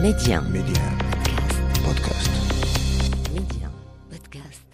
Média بودكاست. Média Podcast.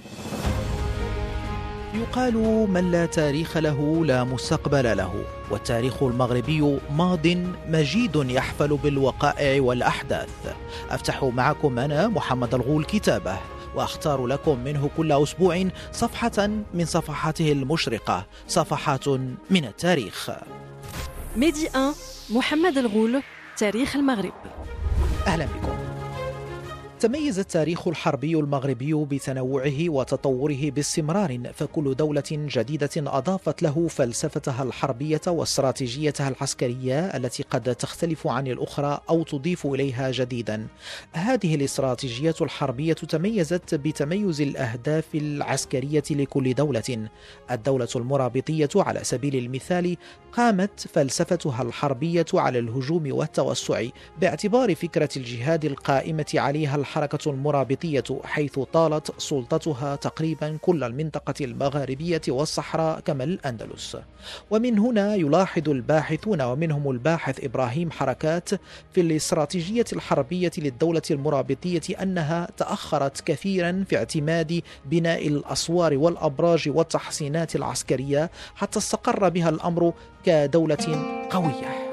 يقال من لا تاريخ له لا مستقبل له، والتاريخ المغربي ماض مجيد يحفل بالوقائع والأحداث. أفتح معكم أنا محمد الغول كتابه، وأختار لكم منه كل أسبوع صفحة من صفحاته المشرقة، صفحات من التاريخ. ميدي 1 محمد الغول، تاريخ المغرب. أهلا بكم. تميز التاريخ الحربي المغربي بتنوعه وتطوره باستمرار، فكل دولة جديدة أضافت له فلسفتها الحربية واستراتيجيتها العسكرية التي قد تختلف عن الأخرى أو تضيف إليها جديدا. هذه الاستراتيجية الحربية تميزت بتميز الأهداف العسكرية لكل دولة. الدولة المرابطية على سبيل المثال قامت فلسفتها الحربية على الهجوم والتوسع باعتبار فكرة الجهاد القائمة عليها الحركة المرابطية، حيث طالت سلطتها تقريبا كل المنطقة المغاربية والصحراء كما الأندلس. ومن هنا يلاحظ الباحثون ومنهم الباحث إبراهيم حركات في الاستراتيجية الحربية للدولة المرابطية أنها تأخرت كثيرا في اعتماد بناء الأسوار والأبراج والتحصينات العسكرية حتى استقر بها الأمر كدولة قوية.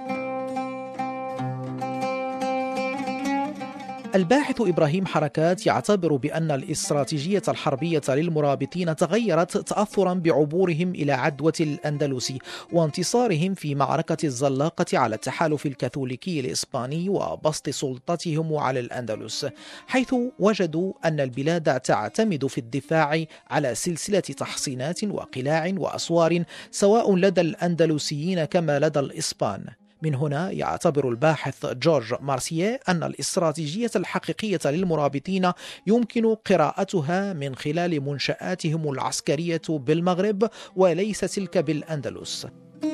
الباحث إبراهيم حركات يعتبر بأن الاستراتيجية الحربية للمرابطين تغيرت تأثرا بعبورهم إلى عدوى الأندلس وانتصارهم في معركة الزلاقة على التحالف الكاثوليكي الإسباني وبسط سلطتهم على الأندلس، حيث وجدوا أن البلاد تعتمد في الدفاع على سلسلة تحصينات وقلاع وأسوار سواء لدى الأندلسيين كما لدى الإسبان. من هنا يعتبر الباحث جورج مارسييه أن الاستراتيجية الحقيقية للمرابطين يمكن قراءتها من خلال منشآتهم العسكرية بالمغرب وليس تلك بالأندلس.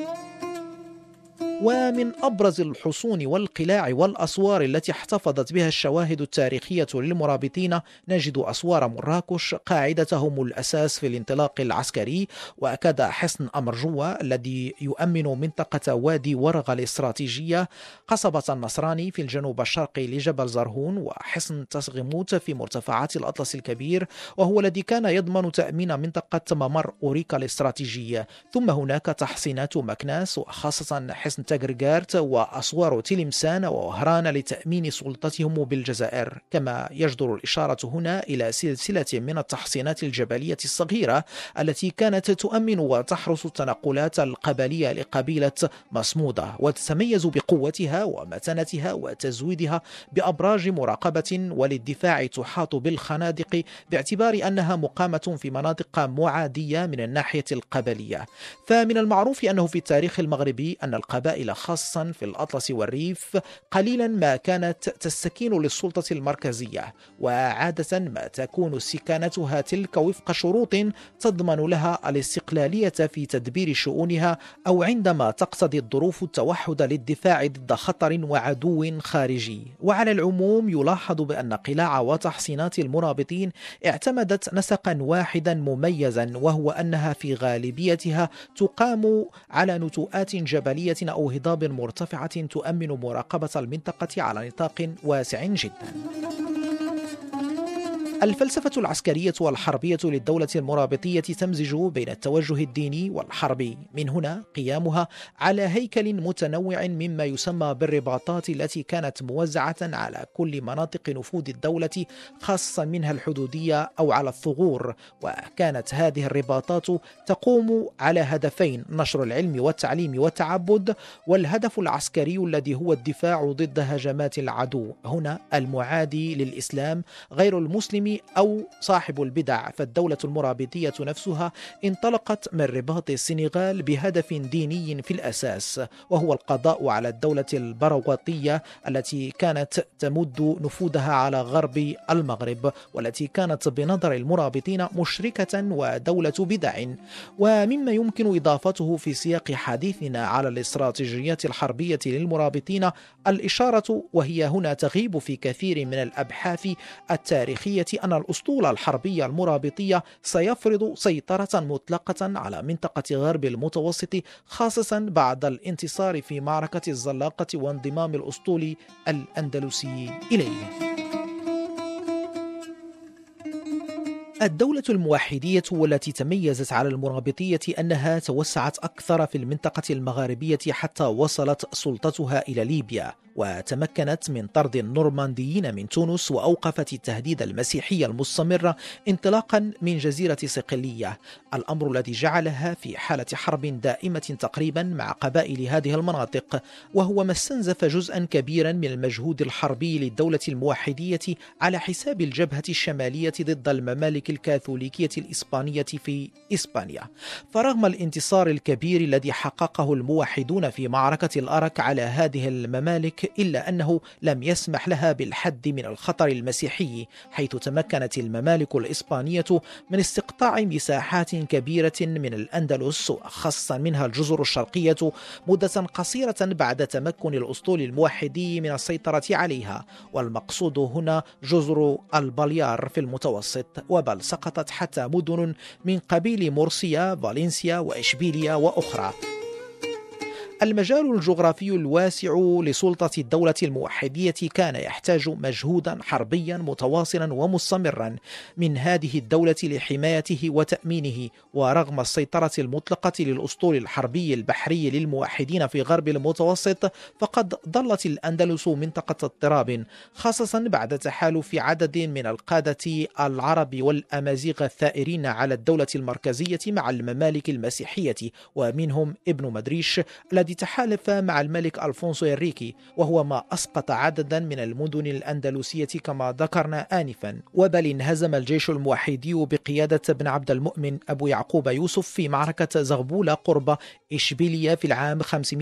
ومن أبرز الحصون والقلاع والأسوار التي احتفظت بها الشواهد التاريخية للمرابطين نجد أسوار مراكش قاعدتهم الأساس في الانطلاق العسكري، وأكاد حصن أمرجوة الذي يؤمن منطقة وادي ورغ الاستراتيجية، قصبة النصراني في الجنوب الشرقي لجبل زرهون، وحصن تسغموت في مرتفعات الأطلس الكبير وهو الذي كان يضمن تأمين منطقة ممر أوريكا الاستراتيجية. ثم هناك تحصينات مكناس وخاصة حصن تغرغارت وأسوار تلمسان ووهران لتأمين سلطتهم بالجزائر. كما يجدر الإشارة هنا إلى سلسلة من التحصينات الجبلية الصغيرة التي كانت تؤمن وتحرس التنقلات القبلية لقبيلة مصمودة، وتتميز بقوتها ومتانتها وتزويدها بأبراج مراقبة وللدفاع تحاط بالخنادق باعتبار أنها مقامة في مناطق معادية من الناحية القبلية. فمن المعروف أنه في التاريخ المغربي أن القبائل خاصة في الأطلس والريف قليلا ما كانت تستكين للسلطة المركزية، وعادة ما تكون استكانتها تلك وفق شروط تضمن لها الاستقلالية في تدبير شؤونها أو عندما تقتضي الظروف التوحد للدفاع ضد خطر وعدو خارجي. وعلى العموم يلاحظ بأن قلاع وتحصينات المرابطين اعتمدت نسقا واحدا مميزا، وهو أنها في غالبيتها تقام على نتوءات جبلية أو هضاب مرتفعة تؤمن مراقبة المنطقة على نطاق واسع جدا. الفلسفة العسكرية والحربية للدولة المرابطية تمزج بين التوجه الديني والحربي، من هنا قيامها على هيكل متنوع مما يسمى بالرباطات التي كانت موزعة على كل مناطق نفوذ الدولة خاصة منها الحدودية أو على الثغور. وكانت هذه الرباطات تقوم على هدفين: نشر العلم والتعليم والتعبد، والهدف العسكري الذي هو الدفاع ضد هجمات العدو، هنا المعادي للإسلام غير المسلم أو صاحب البدع. فالدولة المرابطية نفسها انطلقت من رباط السنغال بهدف ديني في الأساس، وهو القضاء على الدولة البرغوثية التي كانت تمد نفوذها على غرب المغرب، والتي كانت بنظر المرابطين مشركة ودولة بدع. ومما يمكن إضافته في سياق حديثنا على الاستراتيجيات الحربية للمرابطين الإشارة، وهي هنا تغيب في كثير من الأبحاث التاريخية، بأن الأسطول الحربي المرابطية سيفرض سيطرة مطلقة على منطقة غرب المتوسط، خاصة بعد الانتصار في معركة الزلاقة وانضمام الأسطول الأندلسي إليه. الدولة الموحدية والتي تميزت على المرابطية أنها توسعت أكثر في المنطقة المغاربية حتى وصلت سلطتها إلى ليبيا، وتمكنت من طرد النورمانديين من تونس، وأوقفت التهديد المسيحي المستمر انطلاقا من جزيرة صقلية، الأمر الذي جعلها في حالة حرب دائمة تقريبا مع قبائل هذه المناطق، وهو ما استنزف جزءا كبيرا من المجهود الحربي للدولة الموحدية على حساب الجبهة الشمالية ضد الممالك الكاثوليكية الإسبانية في إسبانيا. فرغم الانتصار الكبير الذي حققه الموحدون في معركة الأرك على هذه الممالك، إلا أنه لم يسمح لها بالحد من الخطر المسيحي، حيث تمكنت الممالك الإسبانية من استقطاع مساحات كبيرة من الأندلس، وخاصة منها الجزر الشرقية، مدة قصيرة بعد تمكن الأسطول الموحدي من السيطرة عليها. والمقصود هنا جزر البليار في المتوسط، وبل سقطت حتى مدن من قبيل مرسيا، فالنسيا وإشبيلية وأخرى. المجال الجغرافي الواسع لسلطة الدولة الموحدية كان يحتاج مجهودا حربيا متواصلا ومستمرا من هذه الدولة لحمايته وتأمينه. ورغم السيطرة المطلقة للأسطول الحربي البحري للموحدين في غرب المتوسط، فقد ظلت الأندلس منطقة اضطراب، خاصة بعد تحالف عدد من القادة العرب والأمازيغ الثائرين على الدولة المركزية مع الممالك المسيحية، ومنهم ابن مدريش الذي تحالف مع الملك ألفونسو إنريكي، وهو ما أسقط عددا من المدن الأندلسية كما ذكرنا آنفا. وبل انهزم الجيش الموحدي بقيادة ابن عبد المؤمن أبو يعقوب يوسف في معركة زغبولة قرب إشبيلية في العام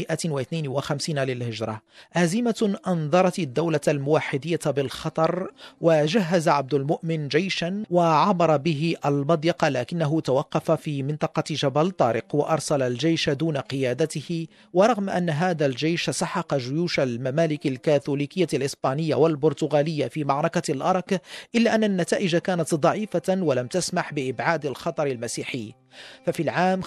552 للهجرة، هزيمة أنذرت الدولة الموحدية بالخطر. وجهز عبد المؤمن جيشا وعبر به المضيق، لكنه توقف في منطقة جبل طارق وأرسل الجيش دون قيادته. ورغم أن هذا الجيش سحق جيوش الممالك الكاثوليكية الإسبانية والبرتغالية في معركة الأرك، إلا أن النتائج كانت ضعيفة ولم تسمح بإبعاد الخطر المسيحي. ففي العام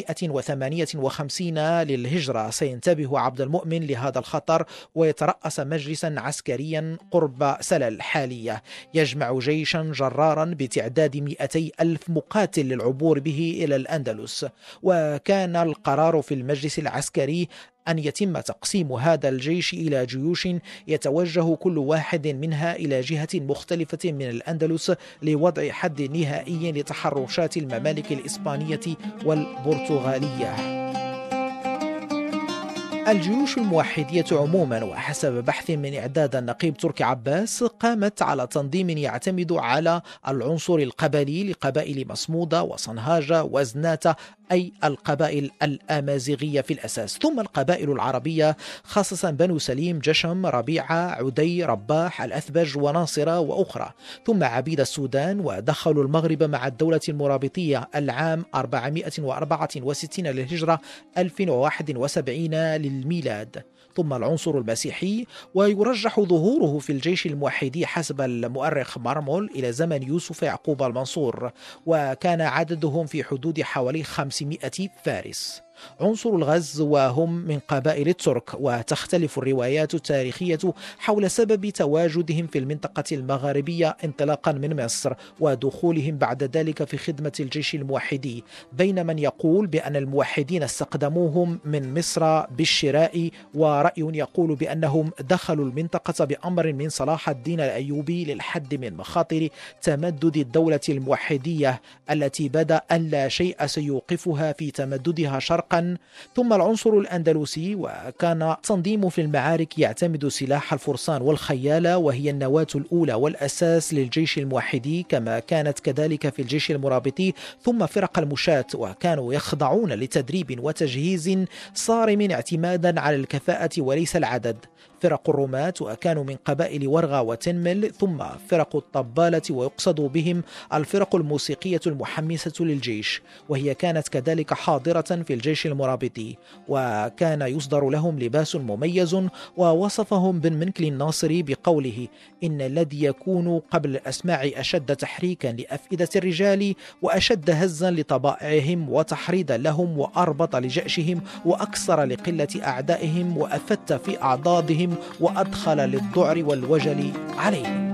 558 للهجرة سينتبه عبد المؤمن لهذا الخطر، ويترأس مجلسا عسكريا قرب سلا الحالية، يجمع جيشا جرارا بتعداد 200 ألف مقاتل للعبور به إلى الأندلس. وكان القرار في المجلس العسكري أن يتم تقسيم هذا الجيش إلى جيوش يتوجه كل واحد منها إلى جهة مختلفة من الأندلس لوضع حد نهائي لتحرشات الممالك الإسبانية والبرتغالية. الجيوش الموحدية عموما، وحسب بحث من إعداد النقيب تركي عباس، قامت على تنظيم يعتمد على العنصر القبلي لقبائل مصمودة وصنهاجة وزناتة، أي القبائل الأمازيغية في الأساس، ثم القبائل العربية خاصة بنو سليم، جشم، ربيعة، عدي، رباح، الأثبج وناصرة وأخرى، ثم عبيد السودان. ودخلوا المغرب مع الدولة المرابطية العام 464 للهجرة 1071 للميلاد. ثم العنصر المسيحي، ويرجح ظهوره في الجيش الموحدي حسب المؤرخ مرمول إلى زمن يوسف يعقوب المنصور، وكان عددهم في حدود حوالي 500 فارس. عنصر الغز، وهم من قبائل الترك، وتختلف الروايات التاريخية حول سبب تواجدهم في المنطقة المغاربية انطلاقا من مصر، ودخولهم بعد ذلك في خدمة الجيش الموحدي، بين من يقول بأن الموحدين استقدموهم من مصر بالشراء، ورأي يقول بأنهم دخلوا المنطقة بأمر من صلاح الدين الأيوبي للحد من مخاطر تمدد الدولة الموحدية التي بدا أن لا شيء سيوقفها في تمددها شرقا. ثم العنصر الأندلسي، وكان تنظيم في المعارك يعتمد سلاح الفرسان والخيالة، وهي النواة الأولى والأساس للجيش الموحدي، كما كانت كذلك في الجيش المرابطي. ثم فرق المشاة، وكانوا يخضعون لتدريب وتجهيز صارم اعتمادا على الكفاءة وليس العدد. فرق الرماة وكانوا من قبائل ورغة وتنمل، ثم فرق الطبالة ويقصد بهم الفرق الموسيقية المحمسة للجيش، وهي كانت كذلك حاضرة في الجيش المرابطي، وكان يصدر لهم لباس مميز. ووصفهم بن منكل الناصري بقوله: إن الذي يكون قبل الأسماع أشد تحريكا لأفئدة الرجال وأشد هزا لطبائعهم وتحريدا لهم وأربط لجأشهم وأكثر لقلة أعدائهم وأفت في أعضادهم وأدخل للذعر والوجل عليهم.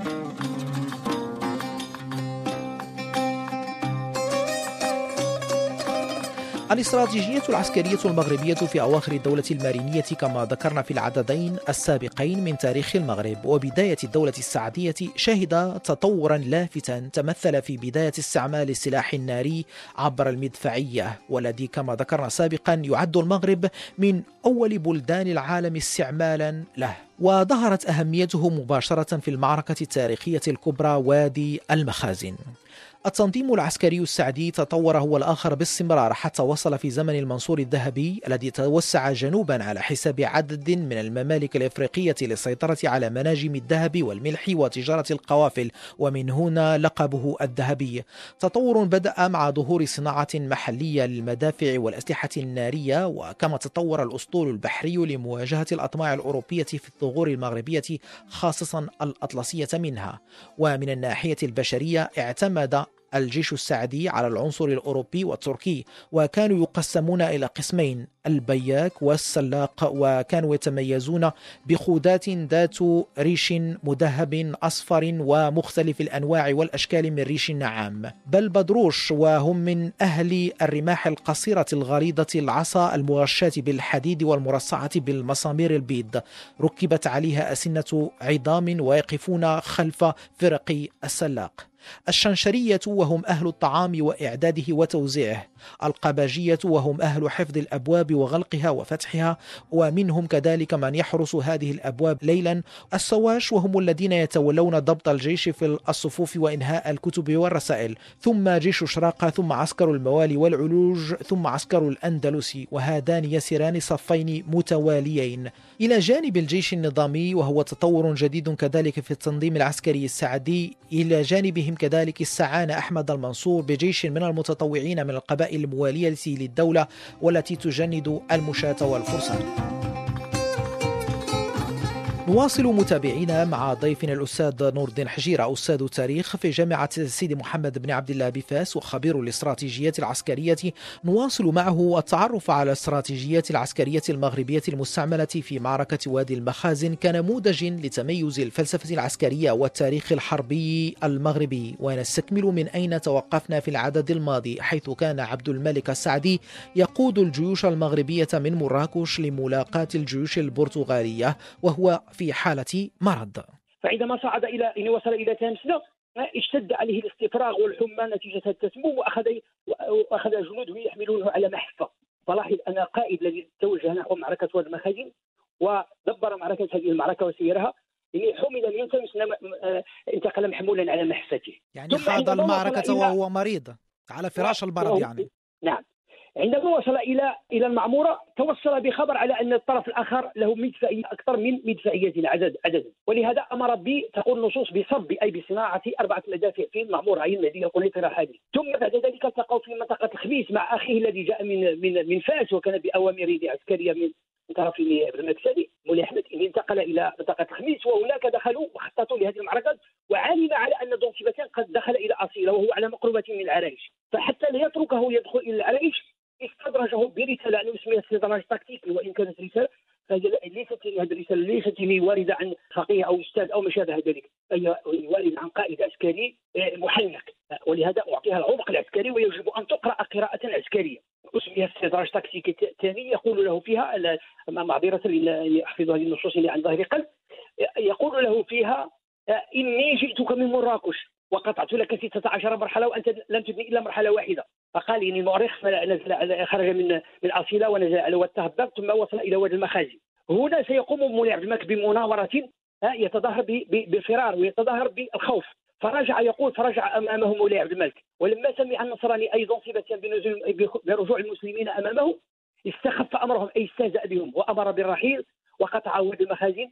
الاستراتيجية العسكرية المغربية في أواخر الدولة المارينية كما ذكرنا في العددين السابقين من تاريخ المغرب وبداية الدولة السعدية شهد تطورا لافتا تمثل في بداية استعمال السلاح الناري عبر المدفعية، والذي كما ذكرنا سابقا يعد المغرب من أول بلدان العالم استعمالا له، وظهرت أهميته مباشرة في المعركة التاريخية الكبرى وادي المخازن. التنظيم العسكري السعدي تطور هو الآخر باستمرار حتى وصل في زمن المنصور الذهبي الذي توسع جنوبا على حساب عدد من الممالك الإفريقية للسيطرة على مناجم الذهب والملح وتجارة القوافل، ومن هنا لقبه الذهبي. تطور بدأ مع ظهور صناعة محلية للمدافع والأسلحة النارية، وكما تطور الأسطول البحري لمواجهة الأطماع الأوروبية في الثغور المغربية خاصة الأطلسية منها. ومن الناحية البشرية اعتمد الجيش السعدي على العنصر الأوروبي والتركي، وكانوا يقسمون إلى قسمين: البياك والسلاق، وكانوا يتميزون بخودات ذات ريش مذهب أصفر ومختلف الأنواع والأشكال من ريش النعام، بل بدروش، وهم من أهل الرماح القصيرة الغليظة العصا المغشاة بالحديد والمرصعة بالمسامير البيض، ركبت عليها أسنة عظام، ويقفون خلف فرق السلاق. الشنشرية وهم أهل الطعام وإعداده وتوزيعه، القباجية وهم أهل حفظ الأبواب وغلقها وفتحها، ومنهم كذلك من يحرس هذه الأبواب ليلا، السواش وهم الذين يتولون ضبط الجيش في الصفوف وإنهاء الكتب والرسائل، ثم جيش شراقة، ثم عسكر الموالي والعلوج، ثم عسكر الأندلس، وهذان يسيران صفين متواليين إلى جانب الجيش النظامي، وهو تطور جديد كذلك في التنظيم العسكري السعدي. إلى جانبهم كذلك استعان أحمد المنصور بجيش من المتطوعين من القبائل الموالية للدولة والتي تجند المشاة والفرسان. نواصل متابعينا مع ضيفنا الأستاذ نور الدين حجيرة، أستاذ تاريخ في جامعة سيدي محمد بن عبد الله بفاس وخبير الاستراتيجيات العسكرية. نواصل معه التعرف على الاستراتيجيات العسكرية المغربية المستعملة في معركة وادي المخازن كنموذج لتميز الفلسفة العسكرية والتاريخ الحربي المغربي. ونستكمل من أين توقفنا في العدد الماضي، حيث كان عبد الملك السعدي يقود الجيوش المغربية من مراكش لملاقاة الجيوش البرتغالية وهو في حالة مرض. فعندما صعد إلى وصل إلى تامسنا اشتد عليه الاستفراغ والحمى نتيجة التسمم، وأخذ جنوده يحملونه على محفة. فلاحظ أن القائد الذي توجه نحو معركة وادي المخازن ودبر معركة هذه المعركة وسيرها حمل من تامسنا انتقل محمولا على محفته، يعني خاض المعركة وهو مريض على فراش المرض يعني. نعم. عندما وصل إلى المعمورة توصل بخبر على أن الطرف الآخر له مدفعية أكثر من مدفعية عددا، ولهذا أمر تقول النصوص بصب أي بصناعة 4 مدافع في المعمورة أي المهدية القنيطرة هذه. ثم بعد ذلك التقوا في منطقة الخميس مع أخيه الذي جاء من فاس وكان بأوامر عسكرية من طرف عبد الملك السعدي مولاي أحمد، انتقل إلى منطقة الخميس، وهناك دخلوا وخططوا لهذه المعركة، وعلم على أن دون سبتان قد دخل إلى أصيلة وهو على مقربة من العرايش، فحتى لا يتركه يدخل إلى العرايش استدرجه برسالة اسمها استدراج تكتيكي، وإن كانت رسالة فهي ليست هذه الرسالة ليست واردة عن فقيه أو أستاذ أو ما شابه ذلك، هي واردة عن قائد عسكري محنك، ولهذا أعطيها العمق العسكري ويجب أن تقرأ قراءة عسكرية. اسمها استدراج تكتيكي ثاني يقول له فيها، معذرة أحفظ هذه النصوص عن ظهر قلب، يقول له فيها: إني جئتك من مراكش وقطعت لك 16 مرحلة وأنت لم تبني إلا مرحلة واحدة. فقال إني المؤرخ نزل خرج من أصيلة ونزل على والتهبب ثم وصل إلى وادي المخازن. هنا سيقوم مولاي عبد الملك بمناورة يتظاهر بالفرار ويتظاهر بالخوف، فرجع أمامه مولاي عبد الملك، ولما سمع النصراني أيضا صبة برجوع المسلمين أمامه استخف أمرهم أي استهزأ بهم وأمر بالرحيل وقطع وادي المخازن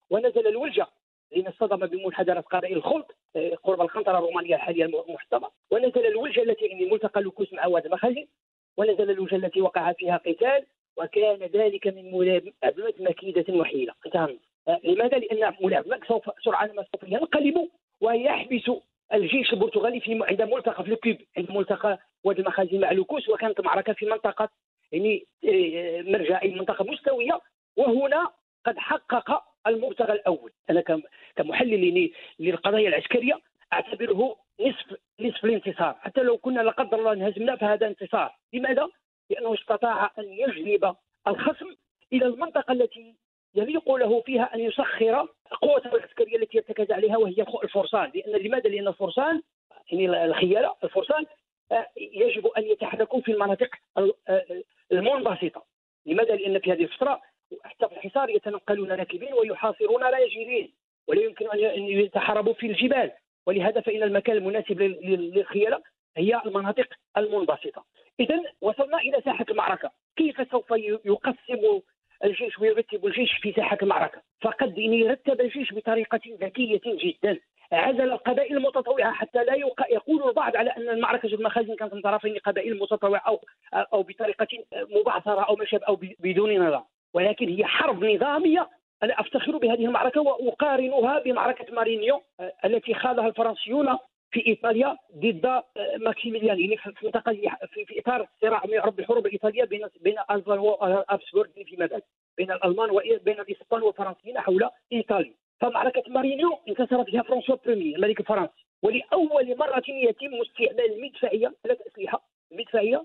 ونزل الولجة لأن اصطدم بمنحدرات قبائل الخلط قرب القنطرة الرومانية الحالية المحطمة، ونزل الولجة التي يعني ملتقى لوكوس مع واد مخازن، ونزل الولجة التي وقع فيها قتال، وكان ذلك من ملابمة مكيدة وحيلة. لماذا؟ لأن ملابمة سوف سرعان ما سوف ينقلب ويحبس الجيش البرتغالي في عند ملتقى في الكوب، عند ملتقى واد المخازن مع لوكوس، وكانت معركة في منطقة يعني مرجع أي منطقة مستوية، وهنا قد حقق المبتغى الأول. أنا كمحلل للقضايا العسكرية أعتبره نصف الانتصار، حتى لو كنا لا قدر الله انهزمنا فهذا انتصار. لماذا؟ لأنه استطاع أن يجلب الخصم إلى المنطقة التي يليق له فيها أن يسخر قوته العسكرية التي يرتكز عليها، وهي الفرسان. لماذا؟ لأن الفرسان يعني الخيالة الفرسان يجب أن يتحركوا في المناطق المنبسطة. لماذا؟ لأن في هذه الفترة حتى في الحصار يتنقلون راكبين ويحاصرون راجلين، ولا يمكن أن يتحاربوا في الجبال، ولهذا فإن المكان المناسب للخيالة هي المناطق المنبسطة. إذن وصلنا إلى ساحة المعركة. كيف سوف يقسم الجيش ويرتب الجيش في ساحة المعركة؟ فقد رتب الجيش بطريقة ذكية جدا، عزل القبائل المتطوعة حتى لا يقول البعض على أن المعركة المخازن كانت من طرفين قبائل متطوعة أو بطريقة مبعثرة أو ما شابه أو بدون نظام، ولكن هي حرب نظامية. أنا أفتخر بهذه المعركة وأقارنها بمعركة مارينيو التي خاضها الفرنسيون في إيطاليا ضد ماكسيميليان، يعني في منطقة في إطار صراع رب الحروب الإيطالية بين ألفا وأبسبورغ فيما بعد، بين الألمان وبين الإسبان والفرنسيين حول إيطاليا. فمعركة مارينيو انتصر فيها فرانسوا بريمي الملك الفرنسي، ولأول مرة يتم استعمال المدفعية، 3 أسلحة، المدفعية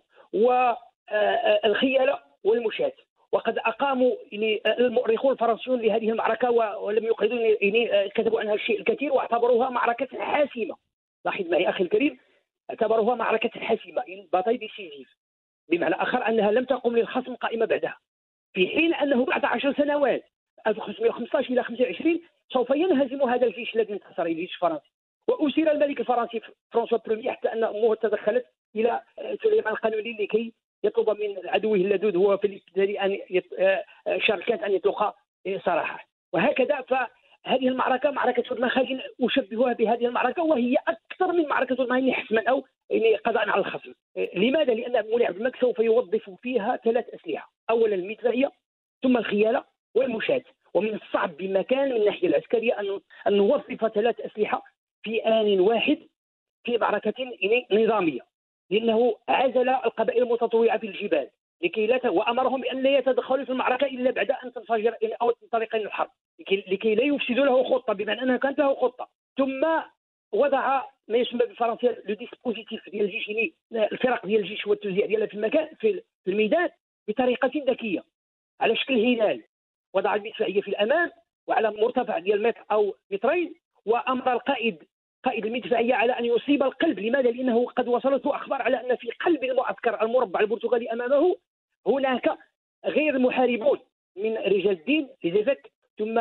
والخيالة والمشاة. وقد أقاموا المؤرخون الفرنسيون لهذه المعركة ولم يقعدوا كتبوا عنها الشيء الكثير واعتبروها معركة حاسمة. لاحظ معي أخي الكريم، اعتبروها معركة حاسمة، باتاي ديسيزيف، بمعنى آخر أنها لم تقم للخصم قائمة بعدها، في حين أنه بعد 10 سنوات 1515 إلى 25 سوف ينهزم هذا الجيش الذي انتصر، الجيش الفرنسي، وأسر الملك الفرنسي فرانسوا بريمي حتى أن أمه تدخلت إلى سليمان القانوني لكي يطلب من عدوه اللدود هو في الابتدائي أن شاركات أن يطلق سراحه. وهكذا فهذه المعركة معركة المخازن أشبهها بهذه المعركة، وهي أكثر من معركة المخازن حسما أو قضاء على الخصم. لماذا؟ لأن مولاي عبد الملك سوف يوظف فيها 3 أسلحة، أولا المدفعية، ثم الخيالة والمشاة. ومن الصعب بمكان من الناحية العسكرية أن نوظف 3 أسلحة في آن واحد في معركة نظامية، لأنه عزل القبائل المتطوعة في الجبال لكي لا وأمرهم بأن لا يتدخلوا في المعركة إلا بعد أن تنفجر أو تنطلق الحرب، لكي لا يفسدوا له خطة، بمعنى أنها كانت له خطة. ثم وضع ما يسمى بالفرنسية لو ديسبوزيتيف ديال الجيش، الفرق ديال الجيش والتوزيع ديالها في المكان في الميدان بطريقة ذكية على شكل هلال. وضع المدفعية في الأمام وعلى مرتفع ديال متر أو مترين، وأمر قائد المدفعية على أن يصيب القلب. لماذا؟ لأنه قد وصلته أخبار على أن في قلب المعسكر المربع البرتغالي أمامه هناك غير محاربون من رجال الدين ليزيفيك، ثم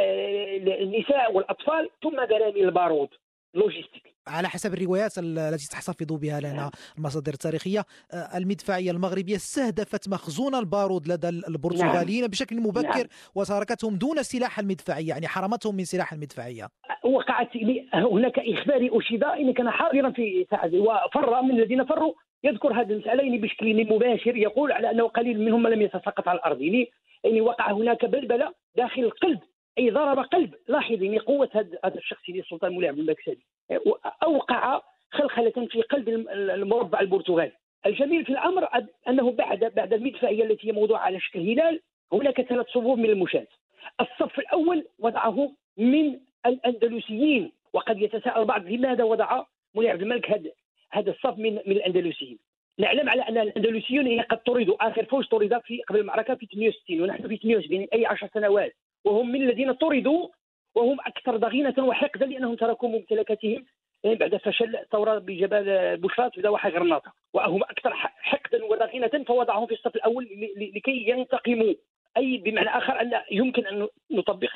النساء والأطفال، ثم براميل البارود لوجيستيك. على حسب الروايات التي تحتفظ بها لنا المصادر التاريخية، المدفعية المغربية استهدفت مخزون البارود لدى البرتغاليين بشكل مبكر، وتركتهم دون سلاح المدفعية، يعني حرمتهم من سلاح المدفعية. وقعت هناك إخباري أشيدا إن كان حاضرا في ساعة، وفر من الذين فروا يذكر هذه المسألة بشكل مباشر، يقول على أنه قليل منهم من لم يتساقط على الأرض. يعني وقع هناك بلبلة داخل القلب، أي ضرب قلب. لاحظ قوة هذا الشخص السلطان مولاي عبد الملك السادس، أوقع خلخلة في قلب المربع البرتغالي. الجميل في الأمر أنه بعد المدفعية التي هي موضوعة على شكل هلال هناك 3 صفوف من المشاة. الصف الأول وضعه من الأندلسيين، وقد يتساءل البعض لماذا وضع مولاي عبد الملك هذا الصف من الأندلسيين. نعلم على أن الأندلسيون قد طردوا، آخر فوج طرد قبل المعركة في 68 ونحن في 78، أي 10 سنوات، وهم من الذين طردوا وهم أكثر ضغينة وحقدا لأنهم تركوا ممتلكاتهم بعد فشل الثورة بجبال بوشرات وواحة غرناطة، وهم أكثر حقدا وضغينة، فوضعهم في الصف الأول لكي ينتقموا. أي بمعنى آخر أن يمكن أن نطبق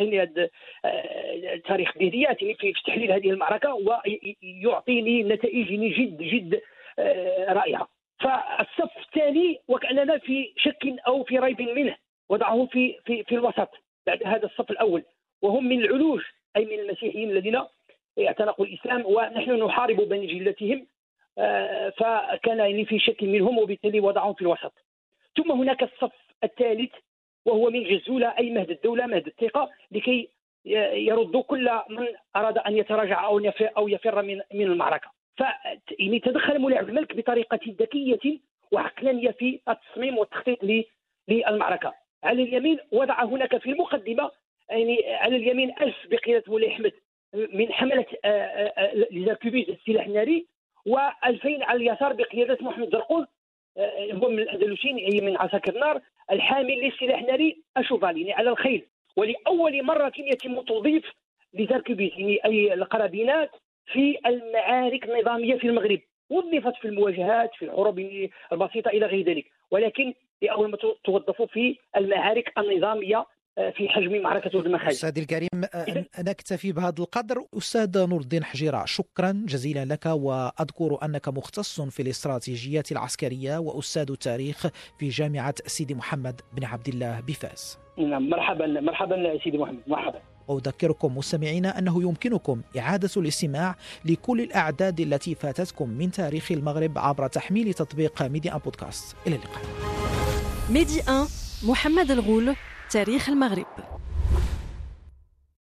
تاريخ الديديات في تحليل هذه المعركة ويعطيني نتائج جد رائعة. فالصف الثاني وكأننا في شك أو في ريب منه، وضعه في الوسط بعد هذا الصف الأول، وهم من العلوج أي من المسيحيين الذين اعتنقوا الإسلام، ونحن نحارب بين جلتهم، فكان يعني في شك منهم وبالتالي وضعهم في الوسط. ثم هناك الصف الثالث وهو من جزولة أي مهد الدولة، مهد الثقة، لكي يردوا كل من أراد أن يتراجع أو يفر من المعركة. يعني تدخل مولاي عبد الملك بطريقة ذكية وعقلانية في التصميم والتخطيط للمعركة. على اليمين وضع هناك في المقدمة، يعني على اليمين 1000 بقيادة مولاي أحمد من حملة ليزاركوبيز السلاح الناري، و2000 على اليسار بقيادة محمد زرقون هو من الأندلسيين أي من عساكر النار الحامل للسلاح الناري الشوفالي على الخيل. ولأول مرة يتم توظيف ليزاركوبيز يعني أي القرابينات في المعارك النظامية في المغرب، وظفت في المواجهات في الحروب البسيطة إلى غير ذلك، ولكن لأول ما توظفوا في المعارك النظامية في حجم معركة المخازن. أستاذ الكريم، نكتفي بهذا القدر. أستاذ نور الدين حجيرة، شكرا جزيلا لك، وأذكر أنك مختص في الاستراتيجيات العسكرية وأستاذ التاريخ في جامعة سيدي محمد بن عبد الله بفاس. نعم، مرحبا سيدي محمد، مرحبا. وأذكركم مستمعينا أنه يمكنكم إعادة الاستماع لكل الأعداد التي فاتتكم من تاريخ المغرب عبر تحميل تطبيق ميدي أن بودكاست. إلى اللقاء. ميدي أن، محمد الغول، تاريخ المغرب.